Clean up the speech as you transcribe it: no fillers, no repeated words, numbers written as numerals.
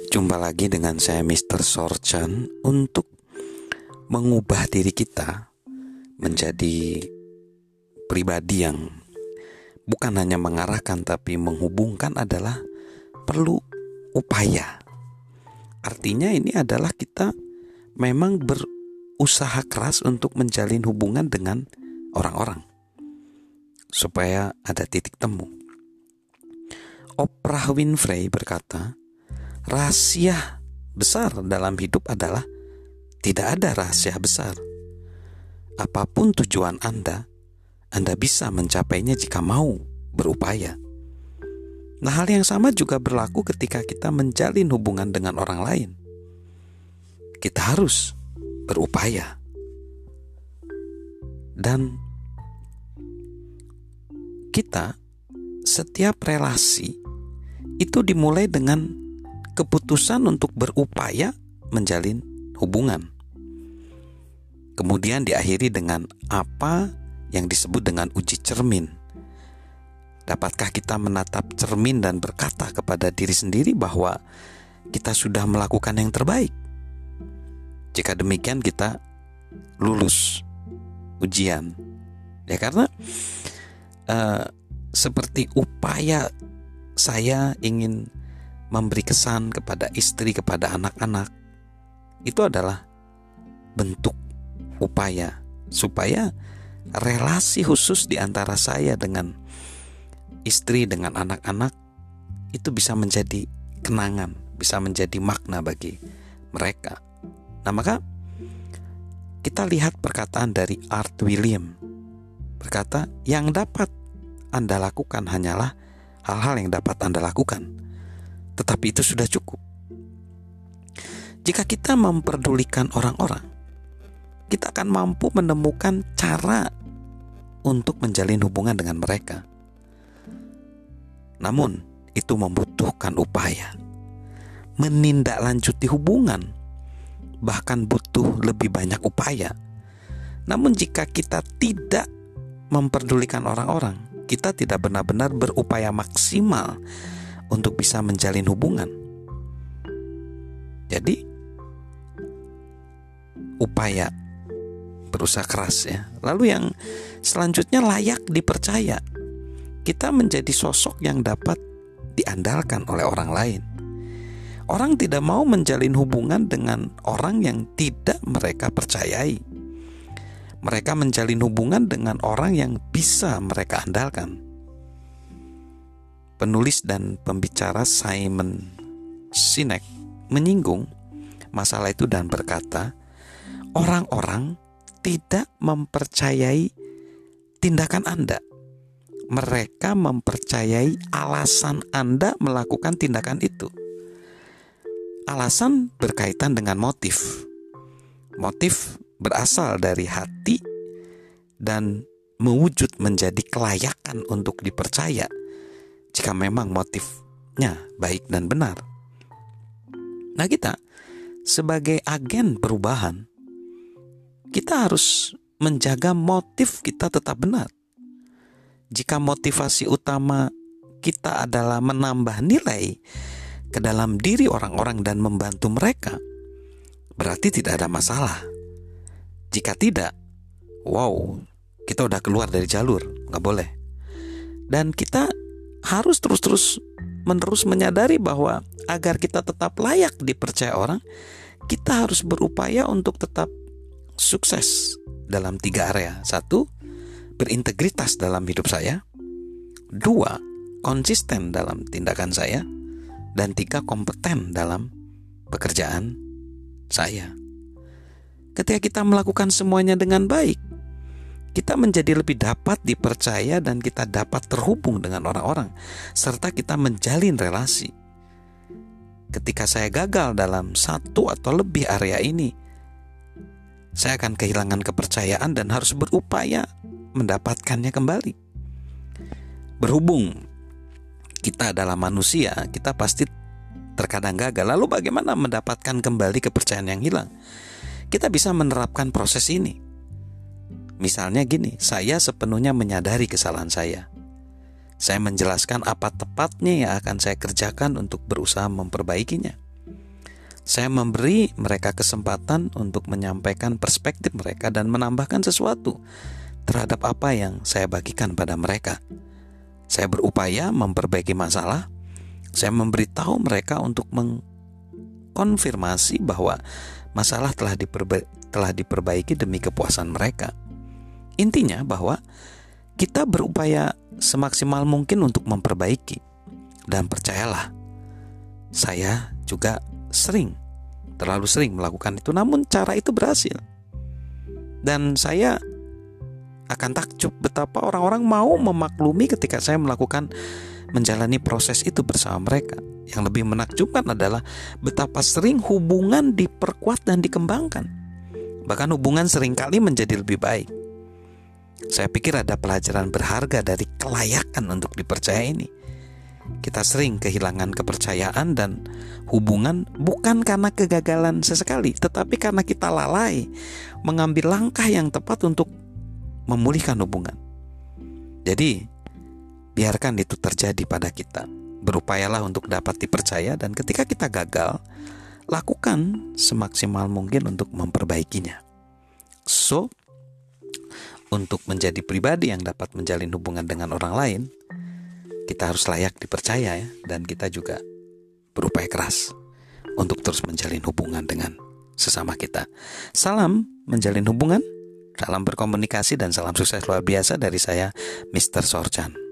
Jumpa lagi dengan saya Mr. Sorchan untuk mengubah diri kita menjadi pribadi yang bukan hanya mengarahkan tapi menghubungkan adalah perlu upaya. Artinya ini adalah kita memang berusaha keras untuk menjalin hubungan dengan orang-orang supaya ada titik temu. Oprah Winfrey berkata, rahasia besar dalam hidup adalah tidak ada rahasia besar. Apapun tujuan Anda bisa mencapainya jika mau berupaya. Nah, hal yang sama juga berlaku ketika kita menjalin hubungan dengan orang lain. Kita harus berupaya. Dan kita, setiap relasi itu dimulai dengan keputusan untuk berupaya menjalin hubungan. Kemudian diakhiri dengan apa yang disebut dengan uji cermin. Dapatkah kita menatap cermin dan berkata kepada diri sendiri bahwa kita sudah melakukan yang terbaik? Jika demikian kita lulus ujian. Ya, karena seperti upaya saya ingin memberi kesan kepada istri, kepada anak-anak, itu adalah bentuk upaya supaya relasi khusus di antara saya dengan istri, dengan anak-anak itu bisa menjadi kenangan, bisa menjadi makna bagi mereka. Nah, maka kita lihat perkataan dari Art William. Berkata, yang dapat Anda lakukan hanyalah hal-hal yang dapat Anda lakukan, tetapi itu sudah cukup. Jika kita memperdulikan orang-orang, kita akan mampu menemukan cara untuk menjalin hubungan dengan mereka. Namun, itu membutuhkan upaya. Menindaklanjuti hubungan bahkan butuh lebih banyak upaya. Namun jika kita tidak memperdulikan orang-orang, kita tidak benar-benar berupaya maksimal untuk bisa menjalin hubungan. Jadi, upaya, berusaha keras ya. Lalu yang selanjutnya layak dipercaya. Kita menjadi sosok yang dapat diandalkan oleh orang lain. Orang tidak mau menjalin hubungan dengan orang yang tidak mereka percayai. Mereka menjalin hubungan dengan orang yang bisa mereka andalkan. Penulis dan pembicara Simon Sinek menyinggung masalah itu dan berkata, orang-orang tidak mempercayai tindakan Anda. Mereka mempercayai alasan Anda melakukan tindakan itu. Alasan berkaitan dengan motif. Motif berasal dari hati dan mewujud menjadi kelayakan untuk dipercaya jika memang motifnya baik dan benar. Nah, kita sebagai agen perubahan, kita harus menjaga motif kita tetap benar. Jika motivasi utama kita adalah menambah nilai ke dalam diri orang-orang dan membantu mereka, berarti tidak ada masalah. Jika tidak, kita udah keluar dari jalur, nggak boleh. Dan kita harus terus-menerus menyadari bahwa agar kita tetap layak dipercaya orang, kita harus berupaya untuk tetap sukses dalam 3 area. 1, berintegritas dalam hidup saya. 2, konsisten dalam tindakan saya. Dan 3, kompeten dalam pekerjaan saya. Ketika kita melakukan semuanya dengan baik, kita menjadi lebih dapat dipercaya dan kita dapat terhubung dengan orang-orang, serta kita menjalin relasi. Ketika saya gagal dalam 1 atau lebih area ini, saya akan kehilangan kepercayaan dan harus berupaya mendapatkannya kembali. Berhubung kita adalah manusia, kita pasti terkadang gagal. Lalu bagaimana mendapatkan kembali kepercayaan yang hilang? Kita bisa menerapkan proses ini. Misalnya gini, saya sepenuhnya menyadari kesalahan saya. Saya menjelaskan apa tepatnya yang akan saya kerjakan untuk berusaha memperbaikinya. Saya memberi mereka kesempatan untuk menyampaikan perspektif mereka dan menambahkan sesuatu terhadap apa yang saya bagikan pada mereka. Saya berupaya memperbaiki masalah. Saya memberitahu mereka untuk mengkonfirmasi bahwa masalah telah diperbaiki demi kepuasan mereka. Intinya bahwa kita berupaya semaksimal mungkin untuk memperbaiki. Dan percayalah, saya juga terlalu sering melakukan itu, namun cara itu berhasil. Dan saya akan takjub betapa orang-orang mau memaklumi ketika saya menjalani proses itu bersama mereka. Yang lebih menakjubkan adalah betapa sering hubungan diperkuat dan dikembangkan. Bahkan hubungan seringkali menjadi lebih baik. Saya pikir ada pelajaran berharga dari kelayakan untuk dipercaya ini. Kita sering kehilangan kepercayaan dan hubungan bukan karena kegagalan sesekali, tetapi karena kita lalai mengambil langkah yang tepat untuk memulihkan hubungan. Jadi, biarkan itu terjadi pada kita. Berupayalah untuk dapat dipercaya, dan ketika kita gagal, lakukan semaksimal mungkin untuk memperbaikinya. So, untuk menjadi pribadi yang dapat menjalin hubungan dengan orang lain, kita harus layak dipercaya ya, dan kita juga berupaya keras untuk terus menjalin hubungan dengan sesama kita. Salam menjalin hubungan, salam berkomunikasi, dan salam sukses luar biasa dari saya, Mr. Sorchan.